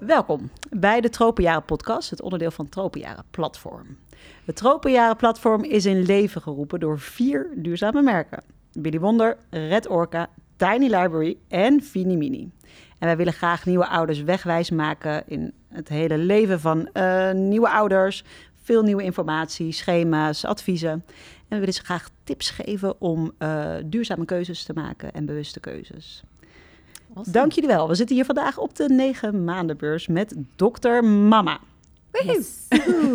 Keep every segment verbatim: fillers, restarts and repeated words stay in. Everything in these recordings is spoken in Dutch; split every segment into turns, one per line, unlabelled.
Welkom bij de Tropenjaren podcast, het onderdeel van het Tropenjaren platform. Het Tropenjaren platform is in leven geroepen door vier duurzame merken. Billy Wonder, Red Orca, Tiny Library en Fini Mini. En wij willen graag nieuwe ouders wegwijs maken in het hele leven van uh, nieuwe ouders. Veel nieuwe informatie, schema's, adviezen. En we willen ze graag tips geven om uh, duurzame keuzes te maken en bewuste keuzes. Awesome. Dank jullie wel. We zitten hier vandaag op de negen maandenbeurs met dokter Mama.
Yes.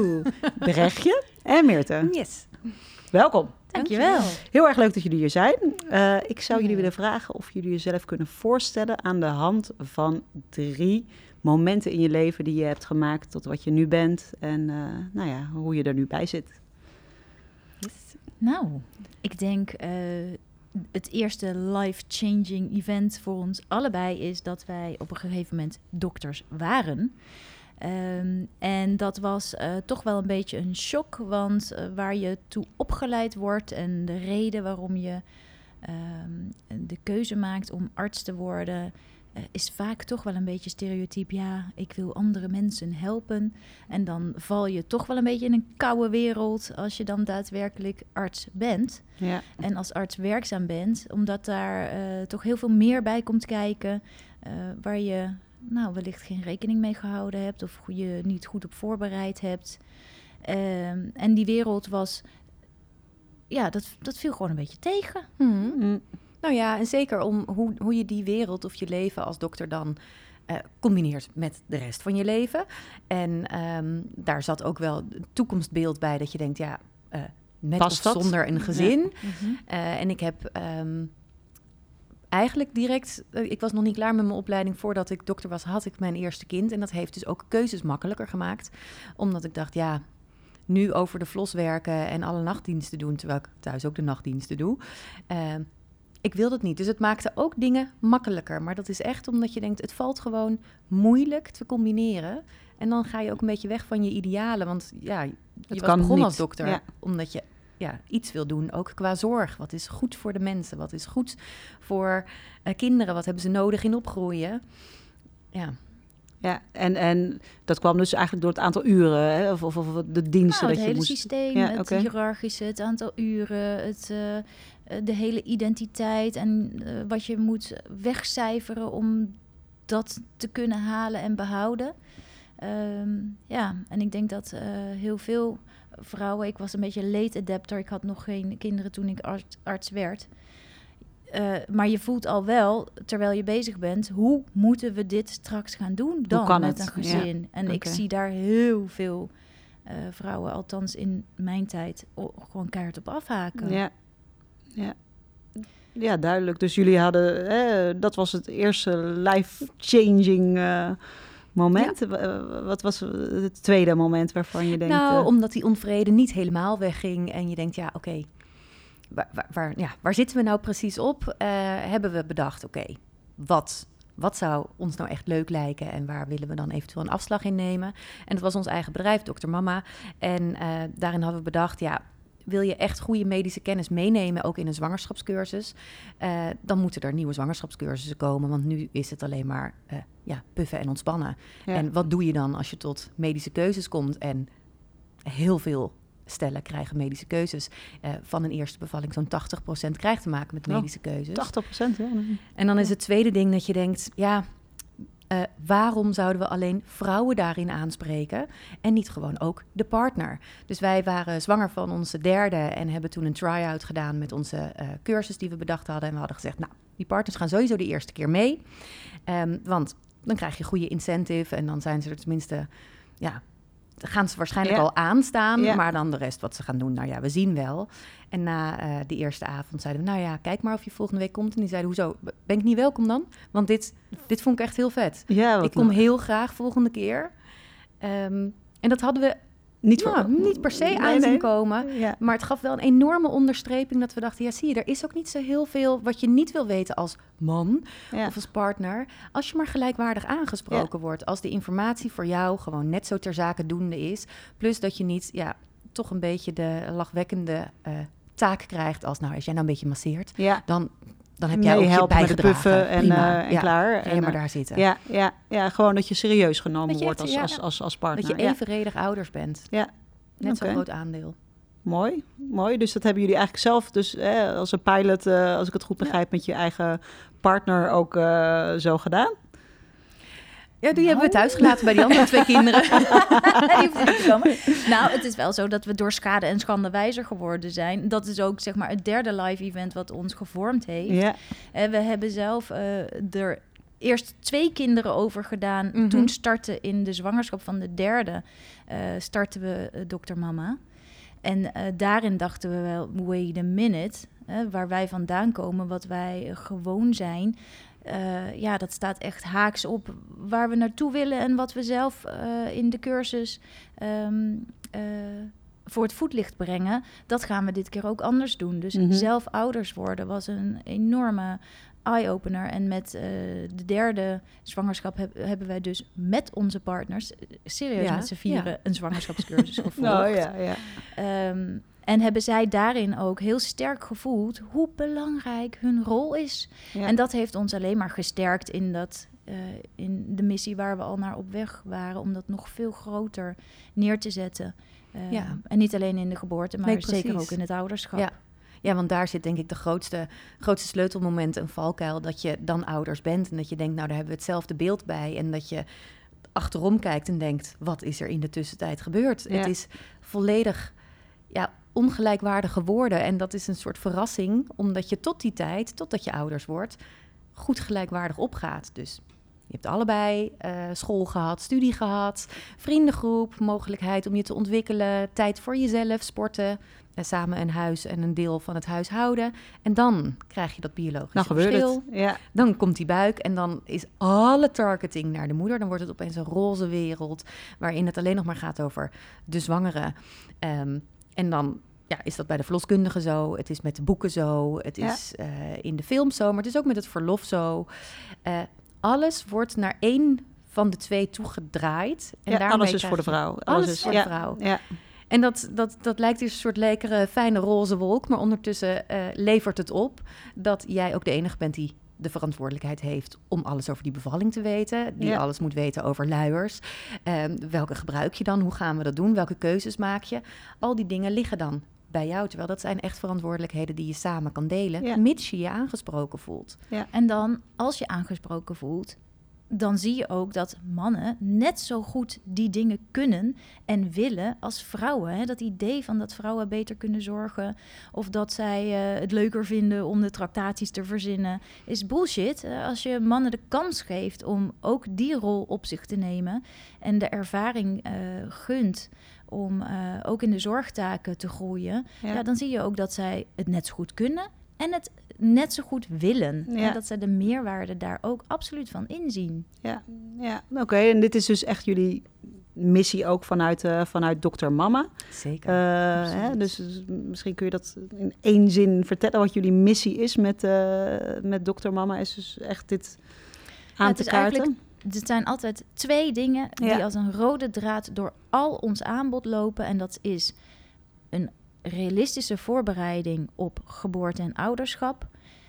Brechtje en Meerte.
Yes.
Welkom.
Dankjewel.
Heel erg leuk dat jullie hier zijn. Uh, ik zou jullie willen vragen of jullie jezelf kunnen voorstellen aan de hand van drie momenten in je leven die je hebt gemaakt tot wat je nu bent en uh, nou ja, hoe je er nu bij zit.
Yes. Nou, ik denk uh, het eerste life-changing event voor ons allebei is dat wij op een gegeven moment dokters waren. Um, en dat was uh, toch wel een beetje een shock, want uh, waar je toe opgeleid wordt en de reden waarom je um, de keuze maakt om arts te worden, uh, is vaak toch wel een beetje stereotyp. Ja, ik wil andere mensen helpen. En dan val je toch wel een beetje in een koude wereld als je dan daadwerkelijk arts bent.
Ja.
En als arts werkzaam bent, omdat daar uh, toch heel veel meer bij komt kijken, uh, waar je nou wellicht geen rekening mee gehouden hebt of je niet goed op voorbereid hebt. Um, en die wereld was, ja, dat, dat viel gewoon een beetje tegen.
Hmm. Mm. Nou ja, en zeker om hoe, hoe je die wereld of je leven als dokter dan uh, combineert met de rest van je leven. En um, daar zat ook wel een toekomstbeeld bij dat je denkt, ja, uh, met
Past
of
dat?
zonder een gezin.
Ja. Mm-hmm.
Uh, en ik heb Um, Eigenlijk direct, ik was nog niet klaar met mijn opleiding voordat ik dokter was, had ik mijn eerste kind. En dat heeft dus ook keuzes makkelijker gemaakt. Omdat ik dacht, ja, nu over de vlos werken en alle nachtdiensten doen, terwijl ik thuis ook de nachtdiensten doe. Uh, ik wil dat niet. Dus het maakte ook dingen makkelijker. Maar dat is echt omdat je denkt, het valt gewoon moeilijk te combineren. En dan ga je ook een beetje weg van je idealen. Want ja, je
het
was begonnen
niet.
als dokter,
ja.
omdat je ja, iets wil doen, ook qua zorg. Wat is goed voor de mensen? Wat is goed voor uh, kinderen? Wat hebben ze nodig in opgroeien? Ja.
Ja, en, en dat kwam dus eigenlijk door het aantal uren, hè? Of, of, of de diensten
nou,
dat
je
je
moest...
moest...
Het hele systeem,
ja,
het
okay.
hiërarchische, het aantal uren, het, uh, de hele identiteit en uh, wat je moet wegcijferen om dat te kunnen halen en behouden. Um, ja, en ik denk dat uh, heel veel vrouwen, ik was een beetje late adapter, ik had nog geen kinderen toen ik arts, arts werd. Uh, maar je voelt al wel, terwijl je bezig bent, hoe moeten we dit straks gaan doen dan met
het?
een gezin? Ja. En okay. ik zie daar heel veel uh, vrouwen, althans in mijn tijd, o- gewoon keihard op afhaken.
Ja, ja. Ja, duidelijk. Dus jullie hadden, hè, dat was het eerste life-changing uh, moment. Ja. Wat was het tweede moment waarvan je denkt...
Nou,
uh,
omdat die onvrede niet helemaal wegging en je denkt, ja, oké, okay, waar, waar, waar, ja, waar zitten we nou precies op? Uh, hebben we bedacht, oké, okay, wat, wat zou ons nou echt leuk lijken en waar willen we dan eventueel een afslag in nemen? En dat was ons eigen bedrijf, dokter Mama. En uh, daarin hadden we bedacht, ja, wil je echt goede medische kennis meenemen, ook in een zwangerschapscursus, uh, dan moeten er nieuwe zwangerschapscursussen komen. Want nu is het alleen maar uh, ja, puffen en ontspannen. Ja. En wat doe je dan als je tot medische keuzes komt? En heel veel stellen krijgen medische keuzes. Uh, van een eerste bevalling zo'n tachtig procent krijgt te maken met medische oh, keuzes.
tachtig procent, ja.
En dan is het tweede ding dat je denkt, ja, Uh, waarom zouden we alleen vrouwen daarin aanspreken en niet gewoon ook de partner? Dus wij waren zwanger van onze derde en hebben toen een try-out gedaan met onze uh, cursus die we bedacht hadden. En we hadden gezegd, nou, die partners gaan sowieso de eerste keer mee. Um, want dan krijg je goede incentive en dan zijn ze er tenminste, ja, gaan ze waarschijnlijk ja. al aanstaan. Ja. Maar dan de rest wat ze gaan doen, nou ja, we zien wel. En na uh, de eerste avond zeiden we, nou ja, kijk maar of je volgende week komt. En die zeiden, hoezo, ben ik niet welkom dan? Want dit, dit vond ik echt heel vet.
Ja,
ik kom leuk. heel graag volgende keer. Um, en dat hadden we niet, nou, voor, niet per se nee, aan zien nee. komen. Ja. Maar het gaf wel een enorme onderstreping dat we dachten, ja zie je, er is ook niet zo heel veel wat je niet wil weten als man ja. of als partner. Als je maar gelijkwaardig aangesproken ja. wordt. Als de informatie voor jou gewoon net zo ter zake doende is. Plus dat je niet, ja, toch een beetje de lachwekkende uh, taak krijgt als, nou, als jij nou een beetje masseert, ja. dan Dan heb jij ook je
helpen met de
bijgedragen.
puffen en,
Prima.
uh, en
ja.
klaar.
Ga je
en,
maar
uh,
daar zitten.
Ja, ja, ja, gewoon dat je serieus genomen
Dat je
wordt
echt-
als,
ja.
als, als, als partner.
Dat je
Ja.
evenredig ouders bent.
Ja.
Net
Oké.
zo'n groot aandeel.
Mooi, mooi. Dus dat hebben jullie eigenlijk zelf dus hè, als een pilot, uh, als ik het goed begrijp, ja. met je eigen partner ook uh, zo gedaan?
Ja, die hebben we thuis gelaten bij die andere twee kinderen.
Die hoeft niet te komen. Nou, het is wel zo dat we door schade en schande wijzer geworden zijn. Dat is ook zeg maar het derde live event wat ons gevormd heeft.
Ja.
En we hebben zelf uh, er eerst twee kinderen over gedaan.
Mm-hmm.
Toen startte in de zwangerschap van de derde, uh, starten we uh, dokter Mama. En uh, daarin dachten we wel, wait a minute, uh, waar wij vandaan komen, wat wij uh, gewoon zijn. Uh, ja, dat staat echt haaks op waar we naartoe willen en wat we zelf uh, in de cursus um, uh, voor het voetlicht brengen. Dat gaan we dit keer ook anders doen. Dus mm-hmm. zelf ouders worden was een enorme eye-opener. En met uh, de derde zwangerschap heb, hebben wij dus met onze partners, serieus ja, met z'n vieren, ja. een zwangerschapscursus gevolgd.
Oh, ja, ja.
Um, En hebben zij daarin ook heel sterk gevoeld hoe belangrijk hun rol is. Ja. En dat heeft ons alleen maar gesterkt in, dat, uh, in de missie waar we al naar op weg waren. Om dat nog veel groter neer te zetten. Uh, ja. En niet alleen in de geboorte, maar nee, zeker ook in het ouderschap.
Ja. Ja, want daar zit denk ik de grootste, grootste sleutelmoment, een valkuil. Dat je dan ouders bent en dat je denkt, nou daar hebben we hetzelfde beeld bij. En dat je achterom kijkt en denkt, wat is er in de tussentijd gebeurd? Ja. Het is volledig... Ja, ongelijkwaardige woorden. En dat is een soort verrassing, omdat je tot die tijd, totdat je ouders wordt, goed gelijkwaardig opgaat. Dus je hebt allebei uh, school gehad, studie gehad, vriendengroep, mogelijkheid om je te ontwikkelen, tijd voor jezelf, sporten, uh, samen een huis en een deel van het huishouden. En dan krijg je dat biologische
dan
verschil.
Het. Ja.
Dan komt die buik en dan is alle targeting naar de moeder. Dan wordt het opeens een roze wereld, waarin het alleen nog maar gaat over de zwangere. Um, En dan ja, is dat bij de verloskundige zo, het is met de boeken zo, het ja. is uh, in de film zo, maar het is ook met het verlof zo. Uh, alles wordt naar één van de twee toegedraaid. En
ja, alles is voor de vrouw.
Alles, alles is voor ja, de vrouw. Ja. En dat, dat, dat lijkt dus een soort lekkere, fijne roze wolk, maar ondertussen uh, levert het op dat jij ook de enige bent die de verantwoordelijkheid heeft om alles over die bevalling te weten. Die ja. alles moet weten over luiers. Um, welke gebruik je dan? Hoe gaan we dat doen? Welke keuzes maak je? Al die dingen liggen dan bij jou. Terwijl dat zijn echt verantwoordelijkheden die je samen kan delen. Ja. Mits je je aangesproken voelt.
Ja. En dan, als je aangesproken voelt, dan zie je ook dat mannen net zo goed die dingen kunnen en willen als vrouwen. Hè? Dat idee van dat vrouwen beter kunnen zorgen of dat zij uh, het leuker vinden om de tractaties te verzinnen, is bullshit. Uh, als je mannen de kans geeft om ook die rol op zich te nemen en de ervaring uh, gunt om uh, ook in de zorgtaken te groeien, ja. Ja, dan zie je ook dat zij het net zo goed kunnen en het net zo goed willen. Ja. En dat ze de meerwaarde daar ook absoluut van inzien.
Ja, ja. Oké. Okay. En dit is dus echt jullie missie ook vanuit, uh, vanuit dokter Mama.
Zeker.
Uh, hè, dus, dus misschien kun je dat in één zin vertellen wat jullie missie is met, uh, met dokter Mama. Is dus echt dit aan ja, te kaarten.
Er zijn altijd twee dingen die ja. als een rode draad door al ons aanbod lopen. En dat is een realistische voorbereiding op geboorte en ouderschap,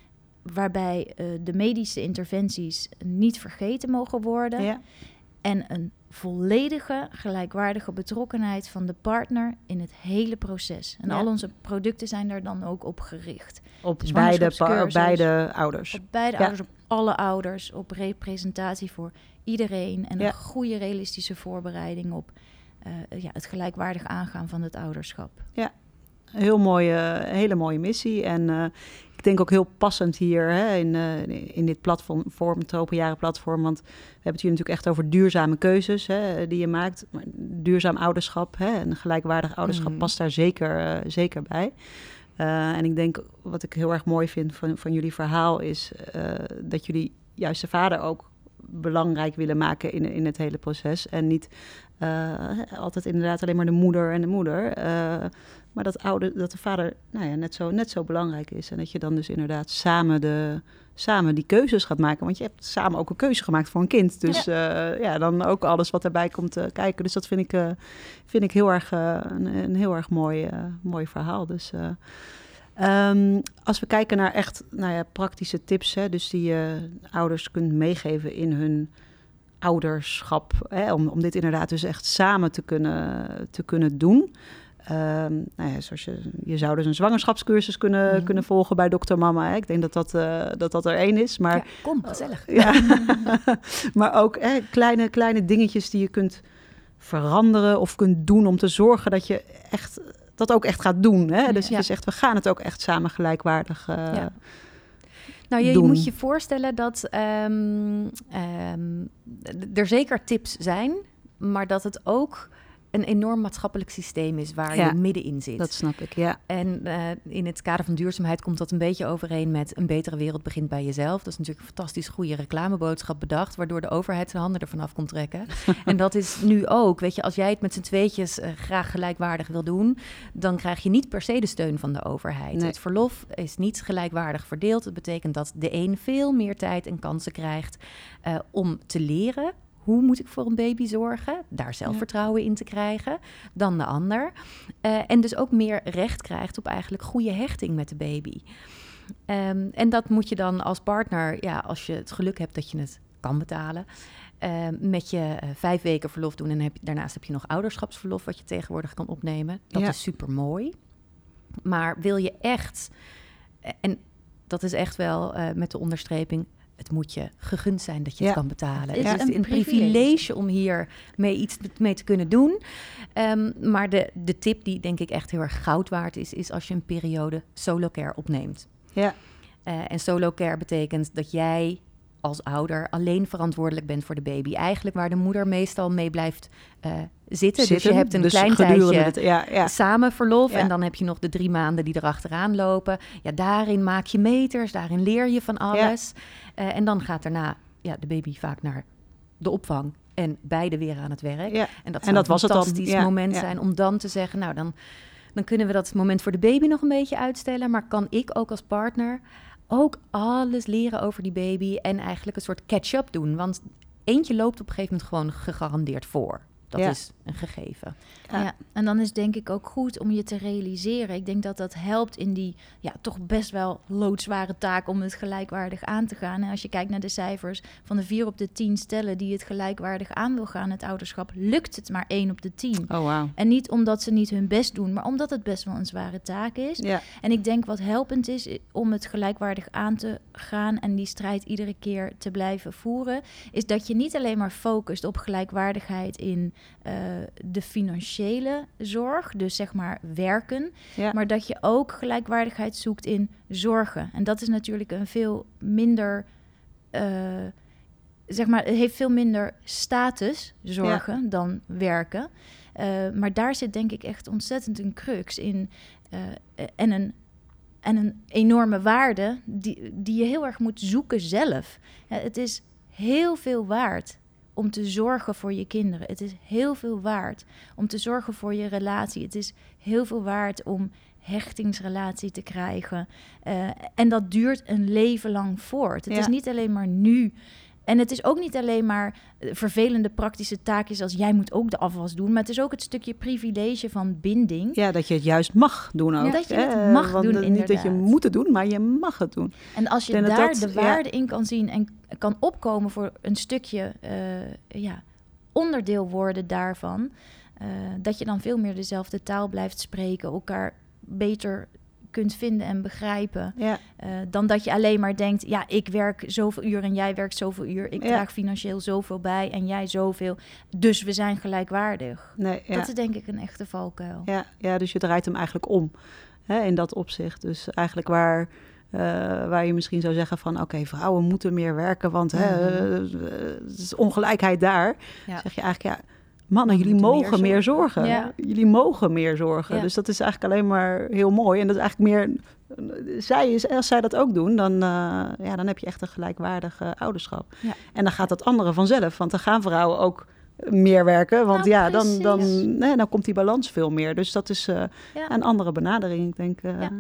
waarbij uh, de medische interventies niet vergeten mogen worden. Ja. En een volledige gelijkwaardige betrokkenheid van de partner in het hele proces. En ja. al onze producten zijn daar dan ook op gericht.
Op beide, pa- op beide ouders.
Op beide
ja.
ouders, op alle ouders, op representatie voor iedereen en ja. een goede realistische voorbereiding op uh, ja, het gelijkwaardig aangaan van het ouderschap.
Ja. Heel mooie, hele mooie missie. En uh, ik denk ook heel passend hier hè, in, uh, in dit platform, het Tropenjaren-platform. Want we hebben het hier natuurlijk echt over duurzame keuzes hè, die je maakt. Maar duurzaam ouderschap hè, en gelijkwaardig ouderschap mm. past daar zeker, uh, zeker bij. Uh, en ik denk, wat ik heel erg mooi vind van, van jullie verhaal is uh, dat jullie juist de vader ook belangrijk willen maken in, in het hele proces. En niet uh, altijd inderdaad alleen maar de moeder en de moeder. Uh, maar dat, oude, dat de vader nou ja, net, zo, net zo belangrijk is. En dat je dan dus inderdaad samen, de, samen die keuzes gaat maken. Want je hebt samen ook een keuze gemaakt voor een kind. Dus ja, uh, ja dan ook alles wat erbij komt uh, kijken. Dus dat vind ik, uh, vind ik heel erg, uh, een, een heel erg mooi, uh, mooi verhaal. Dus... Uh, Um, als we kijken naar echt nou ja, praktische tips, hè, dus die je ouders kunt meegeven in hun ouderschap, hè, om, om dit inderdaad dus echt samen te kunnen, te kunnen doen. Um, nou ja, zoals je, je zou dus een zwangerschapscursus kunnen, mm. kunnen volgen bij dokter Mama. Hè. Ik denk dat dat, uh, dat dat er één is. Maar,
ja, kom, gezellig.
Uh, ja. Maar ook hè, kleine, kleine dingetjes die je kunt veranderen of kunt doen om te zorgen dat je echt dat ook echt gaat doen. Hè? Dus ja. je zegt, we gaan het ook echt samen gelijkwaardig uh, ja.
Nou, je,
doen.
je moet je voorstellen dat um, um, er zeker tips zijn, maar dat het ook een enorm maatschappelijk systeem is waar ja, je middenin zit.
Dat snap ik, ja.
En uh, in het kader van duurzaamheid komt dat een beetje overeen met een betere wereld begint bij jezelf. Dat is natuurlijk een fantastisch goede reclameboodschap bedacht, waardoor de overheid zijn handen ervan af komt trekken. En dat is nu ook, weet je, als jij het met z'n tweetjes uh, graag gelijkwaardig wil doen, dan krijg je niet per se de steun van de overheid. Nee. Het verlof is niet gelijkwaardig verdeeld. Dat betekent dat de een veel meer tijd en kansen krijgt uh, om te leren. Hoe moet ik voor een baby zorgen? Daar zelfvertrouwen ja. in te krijgen dan de ander. Uh, en dus ook meer recht krijgt op eigenlijk goede hechting met de baby. Um, en dat moet je dan als partner, ja, als je het geluk hebt dat je het kan betalen, uh, met je uh, vijf weken verlof doen. En heb, daarnaast heb je nog ouderschapsverlof wat je tegenwoordig kan opnemen. Dat ja. is super mooi. Maar wil je echt, en dat is echt wel uh, met de onderstreping, het moet je gegund zijn dat je ja. het kan betalen. Het is ja. een, een privilege. privilege om hier mee iets mee te kunnen doen. Um, maar de, de tip die denk ik echt heel erg goud waard is, is als je een periode solo care opneemt.
Ja.
Uh, en solo care betekent dat jij als ouder alleen verantwoordelijk bent voor de baby. Eigenlijk waar de moeder meestal mee blijft uh, zitten. zitten. Dus je hebt een dus klein tijdje het, ja, ja. samen verlof. Ja. En dan heb je nog de drie maanden die erachteraan lopen. Ja, daarin maak je meters, daarin leer je van alles. Ja. Uh, en dan gaat daarna ja, de baby vaak naar de opvang. En beide weer aan het werk. Ja. En dat zou en dat een was fantastisch het dan. Ja. moment ja. zijn om dan te zeggen, nou dan, dan kunnen we dat moment voor de baby nog een beetje uitstellen. Maar kan ik ook als partner ook alles leren over die baby en eigenlijk een soort catch-up doen. Want eentje loopt op een gegeven moment gewoon gegarandeerd voor. Dat ja. is een gegeven.
Ja. ja, en dan is het denk ik ook goed om je te realiseren. Ik denk dat dat helpt in die ja, toch best wel loodzware taak om het gelijkwaardig aan te gaan. En als je kijkt naar de cijfers van de vier op de tien stellen die het gelijkwaardig aan wil gaan, het ouderschap, lukt het maar één op de tien.
Oh, wow.
En niet omdat ze niet hun best doen, maar omdat het best wel een zware taak is. Ja. En ik denk wat helpend is om het gelijkwaardig aan te gaan en die strijd iedere keer te blijven voeren, is dat je niet alleen maar focust op gelijkwaardigheid in uh, de financiële zorg, dus zeg maar werken, ja. maar dat je ook gelijkwaardigheid zoekt in zorgen. En dat is natuurlijk een veel minder, uh, zeg maar, het heeft veel minder status, zorgen, ja. dan werken. Uh, maar daar zit denk ik echt ontzettend een crux in uh, en een en een enorme waarde die, die je heel erg moet zoeken zelf. Ja, het is heel veel waard om te zorgen voor je kinderen. Het is heel veel waard om te zorgen voor je relatie. Het is heel veel waard om hechtingsrelatie te krijgen. Uh, en dat duurt een leven lang voort. Het ja. is niet alleen maar nu. En het is ook niet alleen maar vervelende praktische taakjes als jij moet ook de afwas doen. Maar het is ook het stukje privilege van binding.
Ja, dat je het juist mag doen ook.
Ja, dat je het mag
Want
doen,
niet
inderdaad.
dat je moet het doen, maar je mag het doen.
En als je daar dat, de waarde ja. in kan zien en kan opkomen voor een stukje uh, ja, onderdeel worden daarvan, uh, dat je dan veel meer dezelfde taal blijft spreken, elkaar beter kunt vinden en begrijpen. Ja. Uh, dan dat je alleen maar denkt, ja, ik werk zoveel uur en jij werkt zoveel uur. Ik ja. draag financieel zoveel bij en jij zoveel. Dus we zijn gelijkwaardig. Nee, ja. Dat is denk ik een echte valkuil.
Ja, ja, dus je draait hem eigenlijk om, hè, in dat opzicht. Dus eigenlijk waar, uh, waar je misschien zou zeggen van, oké, okay, vrouwen moeten meer werken, want mm-hmm. hè, uh, het is ongelijkheid daar. Ja. Zeg je eigenlijk, ja, mannen, jullie mogen meer zorgen. Meer zorgen. Ja. Jullie mogen meer zorgen. Ja. Dus dat is eigenlijk alleen maar heel mooi. En dat is eigenlijk meer, zij, als zij dat ook doen, dan, uh, ja, dan heb je echt een gelijkwaardig uh, ouderschap. Ja. En dan gaat dat andere vanzelf. Want dan gaan vrouwen ook meer werken. Want nou, ja, dan, dan, nee, dan komt die balans veel meer. Dus dat is uh, ja. een andere benadering, ik denk. Uh, ja. Ja.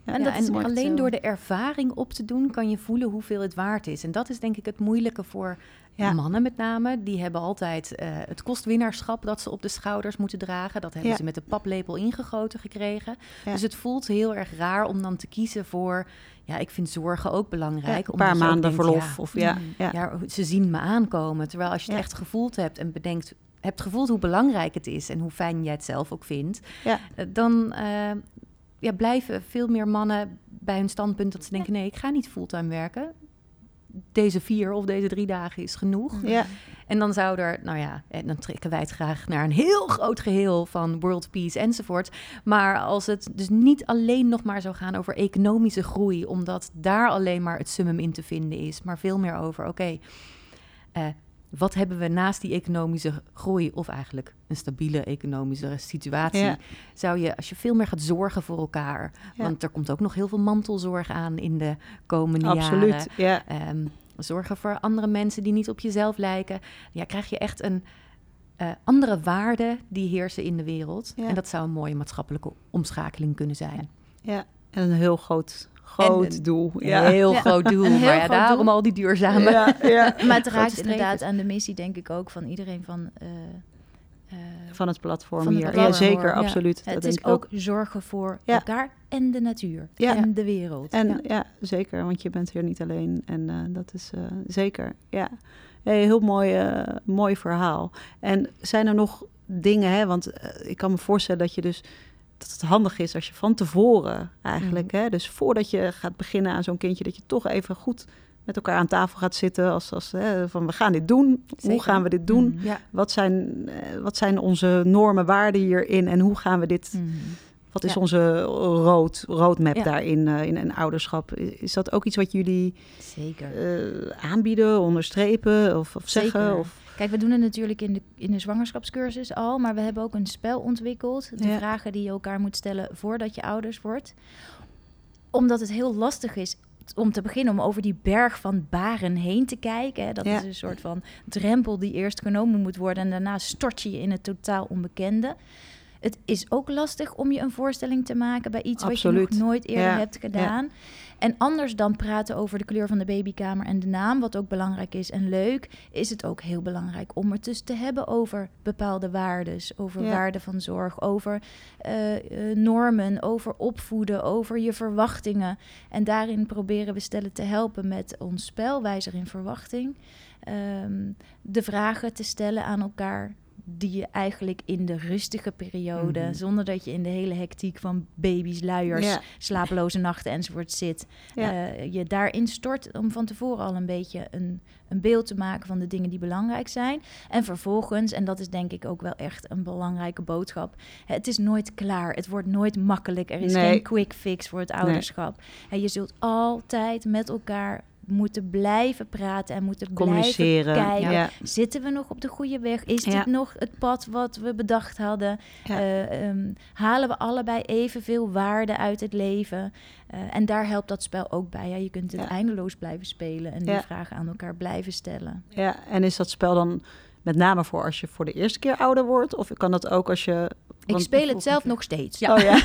ja.
En
Ja,
dat is
en
echt
alleen
zo.
door de ervaring op te doen kan je voelen hoeveel het waard is. En dat is denk ik het moeilijke voor
Ja.
mannen met name. Die hebben altijd uh, het kostwinnaarschap dat ze op de schouders moeten dragen. Dat hebben
Ja.
ze met de paplepel ingegoten gekregen.
Ja.
Dus het voelt heel erg raar om dan te kiezen voor... Ja, ik vind zorgen ook belangrijk.
Ja, een
omdat
paar
je ook
maanden
denkt,
verlof.
Ja,
Of, ja,
Mm.
ja.
ja, ze zien me aankomen. Terwijl als je het
Ja.
echt gevoeld hebt en bedenkt... hebt gevoeld hoe belangrijk het is en hoe fijn jij het zelf ook vindt...
Ja.
Uh, dan uh, ja, blijven veel meer mannen bij hun standpunt dat ze denken... nee, ik ga niet fulltime werken. Deze vier of deze drie dagen is genoeg.
Ja.
En dan zou er, nou ja, en dan trekken wij het graag naar een heel groot geheel van world peace enzovoort. Maar als het dus niet alleen nog maar zou gaan over economische groei, omdat daar alleen maar het summum in te vinden is, maar veel meer over, oké, okay, uh, wat hebben we naast die economische groei, of eigenlijk een stabiele economische situatie,
Ja.
zou je, als je veel meer gaat zorgen voor elkaar,
Ja.
want er komt ook nog heel veel mantelzorg aan in de komende
Absoluut,
jaren.
ja.
Um, zorgen voor andere mensen die niet op jezelf lijken. Ja, krijg je echt een uh, andere waarden die heersen in de wereld.
Ja.
En dat zou een mooie maatschappelijke omschakeling kunnen zijn.
Ja, en een heel groot, groot
En,
doel.
Een
Ja.
heel
Ja.
groot doel.
Een heel
maar ja,
groot
daarom
doel.
al die duurzame...
Ja, ja.
Maar het
grote
raakt
strevens.
inderdaad aan de missie, denk ik ook, van iedereen van... Uh, uh,
Van het platform
van het
hier.
platform,
Ja, zeker,
hoor.
absoluut.
Ja.
Dat
Het
denk
is
ik ook.
ook zorgen voor
Ja.
elkaar en de natuur
Ja.
en de wereld.
En
ja.
ja. zeker, want je bent hier niet alleen. En uh, dat is uh, zeker, ja. Hey, heel mooi, uh, mooi verhaal. En zijn er nog dingen, hè? Want uh, ik kan me voorstellen dat je dus... dat het handig is als je van tevoren eigenlijk... Mm. Hè, dus voordat je gaat beginnen aan zo'n kindje... dat je toch even goed met elkaar aan tafel gaat zitten... als, als hè, van we gaan dit doen. Zeker. Hoe gaan we dit doen?
Mm, ja.
Wat zijn, uh, wat zijn onze normen, waarden hierin... en hoe gaan we dit...
Mm.
Wat is
ja.
onze road, roadmap
ja. daarin
uh, in een ouderschap? Is dat ook iets wat jullie
Zeker.
Uh, aanbieden, onderstrepen of, of zeggen?
Zeker.
Of...
Kijk, we doen het natuurlijk in de, in de zwangerschapscursus al... maar we hebben ook een spel ontwikkeld. De
ja.
vragen die je elkaar moet stellen voordat je ouders wordt. Omdat het heel lastig is... om te beginnen om over die berg van baren heen te kijken. Hè. Dat
ja.
is een soort van drempel die eerst genomen moet worden... en daarna stort je je in het totaal onbekende. Het is ook lastig om je een voorstelling te maken... bij iets
Absoluut.
wat je nog nooit eerder
ja.
hebt gedaan. Ja. En anders dan praten over de kleur van de babykamer en de naam... wat ook belangrijk is en leuk... is het ook heel belangrijk om het dus te hebben over bepaalde waardes... over
ja.
waarden van zorg, over uh, uh, normen, over opvoeden... over je verwachtingen. En daarin proberen we stellen te helpen met ons spel... Wijzer in verwachting. Um, de vragen te stellen aan elkaar... die je eigenlijk in de rustige periode... Mm-hmm. zonder dat je in de hele hectiek van baby's, luiers... Ja. slapeloze nachten enzovoort zit... Ja. Uh, je daarin stort om van tevoren al een beetje een, een beeld te maken... van de dingen die belangrijk zijn. En vervolgens, en dat is denk ik ook wel echt een belangrijke boodschap... het is nooit klaar, het wordt nooit makkelijk. Er is nee. geen quick fix voor het ouderschap. Nee. En je zult altijd met elkaar... moeten blijven praten en moeten
communiceren.
Blijven kijken.
Ja.
Zitten we nog op de goede weg? Is dit
ja.
nog het pad wat we bedacht hadden? Ja. Uh, um, halen we allebei evenveel waarde uit het leven? Uh, en daar helpt dat spel ook bij. Ja, je kunt het ja. eindeloos blijven spelen en die ja. vragen aan elkaar blijven stellen.
Ja, en is dat spel dan met name voor als je voor de eerste keer ouder wordt? Of kan dat ook als je...
Ik speel het zelf nog steeds.
Ja. Oh, ja.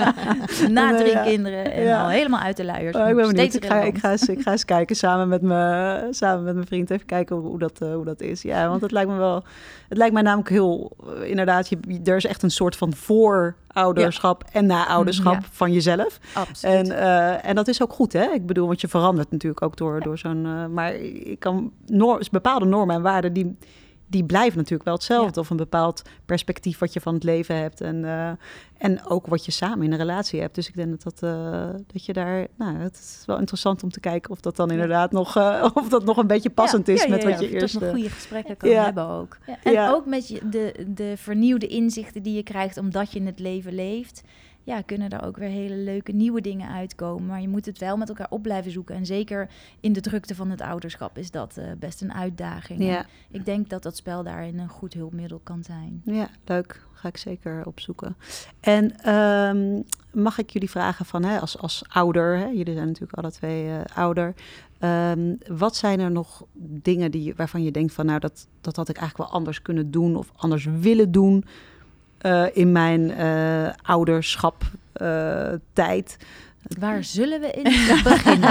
Na drie
ja.
kinderen en ja. al helemaal uit de luiers.
Oh, ik ben benieuwd. Ik ga, ik, ga eens, ik ga eens kijken samen met, me, samen met mijn vriend. Even kijken hoe, hoe, dat, uh, hoe dat is. Ja, want het lijkt me wel... Het lijkt mij namelijk heel... Uh, inderdaad, je, er is echt een soort van voorouderschap ja. en na-ouderschap ja. van jezelf.
Absoluut.
En, uh, en dat is ook goed, hè? Ik bedoel, want je verandert natuurlijk ook door, ja. door zo'n... Uh, maar ik kan... Norm, bepaalde normen en waarden die... die blijven natuurlijk wel hetzelfde. Ja. Of een bepaald perspectief wat je van het leven hebt. En, uh, en ook wat je samen in een relatie hebt. Dus ik denk dat, dat, uh, dat je daar... Nou, het is wel interessant om te kijken of dat dan ja. inderdaad nog... Uh, of dat nog een beetje passend
ja,
is
ja,
met
ja,
wat je
ja,
eerst...
Dat nog goede gesprekken kan
ja.
hebben ook.
Ja, en
ja.
ook met je, de, de vernieuwde inzichten die je krijgt... omdat je het leven leeft... ja, kunnen er ook weer hele leuke nieuwe dingen uitkomen. Maar je moet het wel met elkaar op blijven zoeken. En zeker in de drukte van het ouderschap is dat uh, best een uitdaging.
Ja.
Ik denk dat dat spel daarin een goed hulpmiddel kan zijn.
Ja, leuk. Ga ik zeker opzoeken. En um, mag ik jullie vragen van, hè, als, als ouder... Hè, jullie zijn natuurlijk alle twee uh, ouder... Um, wat zijn er nog dingen die, waarvan je denkt van... nou, dat, dat had ik eigenlijk wel anders kunnen doen... of anders willen doen... Uh, in mijn uh, ouderschap uh, tijd.
Waar zullen we in beginnen?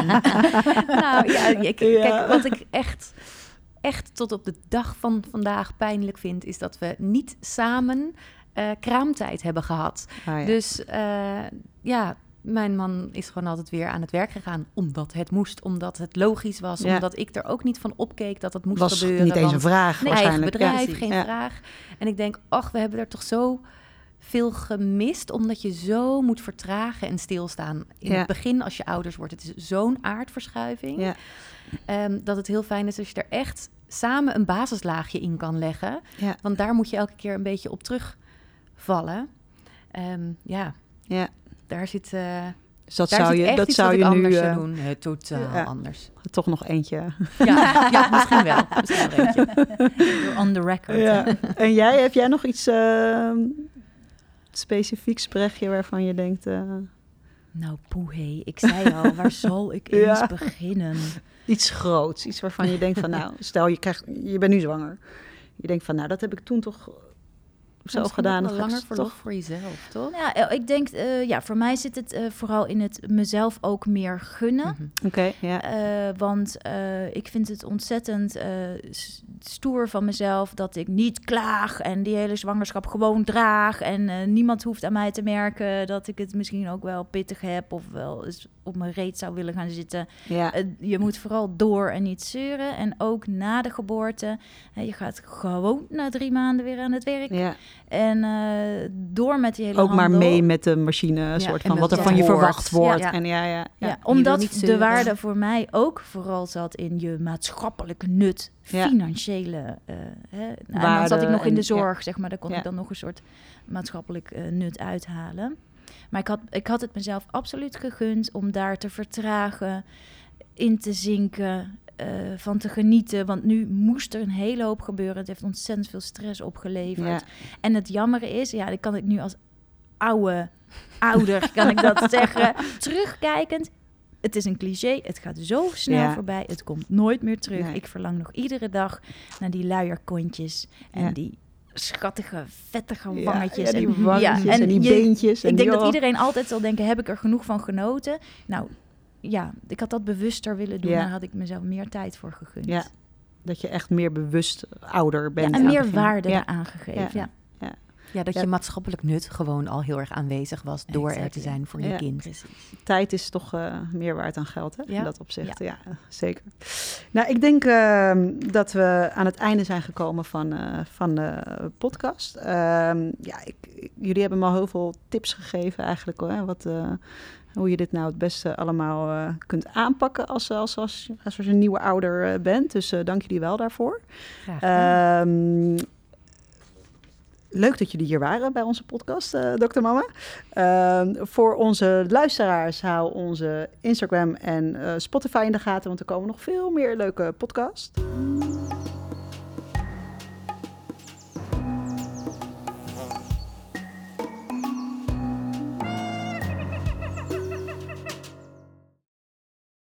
Nou ja, ik,
Ja.
kijk, wat ik echt, echt tot op de dag van vandaag pijnlijk vind, is dat we niet samen uh, kraamtijd hebben gehad.
Ah, ja.
Dus uh, ja, mijn man is gewoon altijd weer aan het werk gegaan, omdat het moest, omdat het logisch was,
Ja.
omdat ik er ook niet van opkeek dat het moest
was
gebeuren.
niet eens een
want
vraag
nee, eigen
waarschijnlijk.
bedrijf,
Ja.
geen
Ja.
vraag. En ik denk, ach, we hebben er toch zo veel gemist, omdat je zo moet vertragen en stilstaan. In
Ja.
het begin, als je ouders wordt, het is zo'n aardverschuiving.
Ja.
Um, dat het heel fijn is als je er echt samen een basislaagje in kan leggen.
Ja.
Want daar moet je elke keer een beetje op terugvallen. Um, ja,
Ja.
daar zit, uh,
Dus dat
daar
zou
zit
je,
echt
dat
iets
zou
wat
je
ik
nu
anders
uh,
zou doen. Uh, totaal
ja.
anders.
toch nog eentje.
Ja, ja misschien wel. Misschien wel eentje.
You're on the record.
Ja. En jij, heb jij nog iets uh, specifieks, Brechtje, waarvan je denkt... Uh,
Nou, poehé, ik zei al, waar zal ik eens
Ja.
beginnen?
Iets groots, iets waarvan je denkt van, nou, stel je krijgt, je bent nu zwanger. Je denkt van, nou, dat heb ik toen toch zo
Misschien
gedaan.
ook wel
dat ga ik
langer verlof
toch...
voor jezelf, toch?
Nou, ik denk, uh, ja, voor mij zit het uh, vooral in het mezelf ook meer gunnen.
Mm-hmm.
Oké, okay, ja.
Uh, want uh, ik vind het ontzettend uh, stoer van mezelf dat ik niet klaag en die hele zwangerschap gewoon draag. En uh, niemand hoeft aan mij te merken dat ik het misschien ook wel pittig heb of wel eens op mijn reet zou willen gaan zitten.
Ja.
Uh, je moet vooral door en niet zeuren. En ook na de geboorte, uh, je gaat gewoon na drie maanden weer aan het werk.
Ja.
En uh, door met die hele
ook
handel.
maar mee met de machine,
ja,
soort van wat er
ja.
van je
hoort.
verwacht wordt.
Ja.
En ja, ja, ja.
Ja, omdat
niet
de
zeuren.
waarde voor mij ook vooral zat in je maatschappelijke nut,
Ja.
financiële. Uh, hè. Nou, en
Waarde
dan zat ik nog in de
en-
zorg,
ja.
zeg maar. Daar kon
Ja.
ik dan nog een soort maatschappelijk uh, nut uithalen. Maar ik had, ik had het mezelf absoluut gegund om daar te vertragen, in te zinken, uh, van te genieten. Want nu moest er een hele hoop gebeuren. Het heeft ontzettend veel stress opgeleverd.
Ja.
En het jammere is, ja, dat kan ik nu als oude ouder, kan ik dat zeggen. Terugkijkend, het is een cliché, het gaat zo snel
Ja.
voorbij, het komt nooit meer terug.
Nee.
Ik verlang nog iedere dag naar die luierkontjes en
Ja.
die schattige, vettige
Ja,
wangetjes.
ja, die
en,
wangetjes
ja,
en die
je-
beentjes. En
Ik denk
die,
dat
oh.
iedereen altijd zal denken, heb ik er genoeg van genoten? Nou, ja, ik had dat bewuster willen doen,
Ja.
daar had ik mezelf meer tijd voor gegund.
Ja, dat je echt meer bewust ouder
Ja,
bent.
en
aan het
meer
begin.
waarde
Ja.
eraan gegeven.
Ja.
Ja.
Ja, dat
Ja.
je maatschappelijk nut gewoon al heel erg aanwezig was door er te
Exactly.
zijn voor je
Ja.
kind.
Precies.
Tijd is toch uh, meer waard dan geld, hè?
Ja.
In dat opzicht. Ja, ja zeker. Nou, ik denk uh, dat we aan het einde zijn gekomen van, uh, van de podcast. Uh, ja, ik, jullie hebben me al heel veel tips gegeven eigenlijk, hoor. Wat, uh, hoe je dit nou het beste allemaal uh, kunt aanpakken als, als, als, als je een nieuwe ouder uh, bent. Dus uh, dank jullie wel daarvoor.
Graag gedaan.
Um, Leuk dat jullie hier waren bij onze podcast, uh, dokter Mama. Uh, voor onze luisteraars, hou onze Instagram en uh, Spotify in de gaten, want er komen nog veel meer leuke podcasts.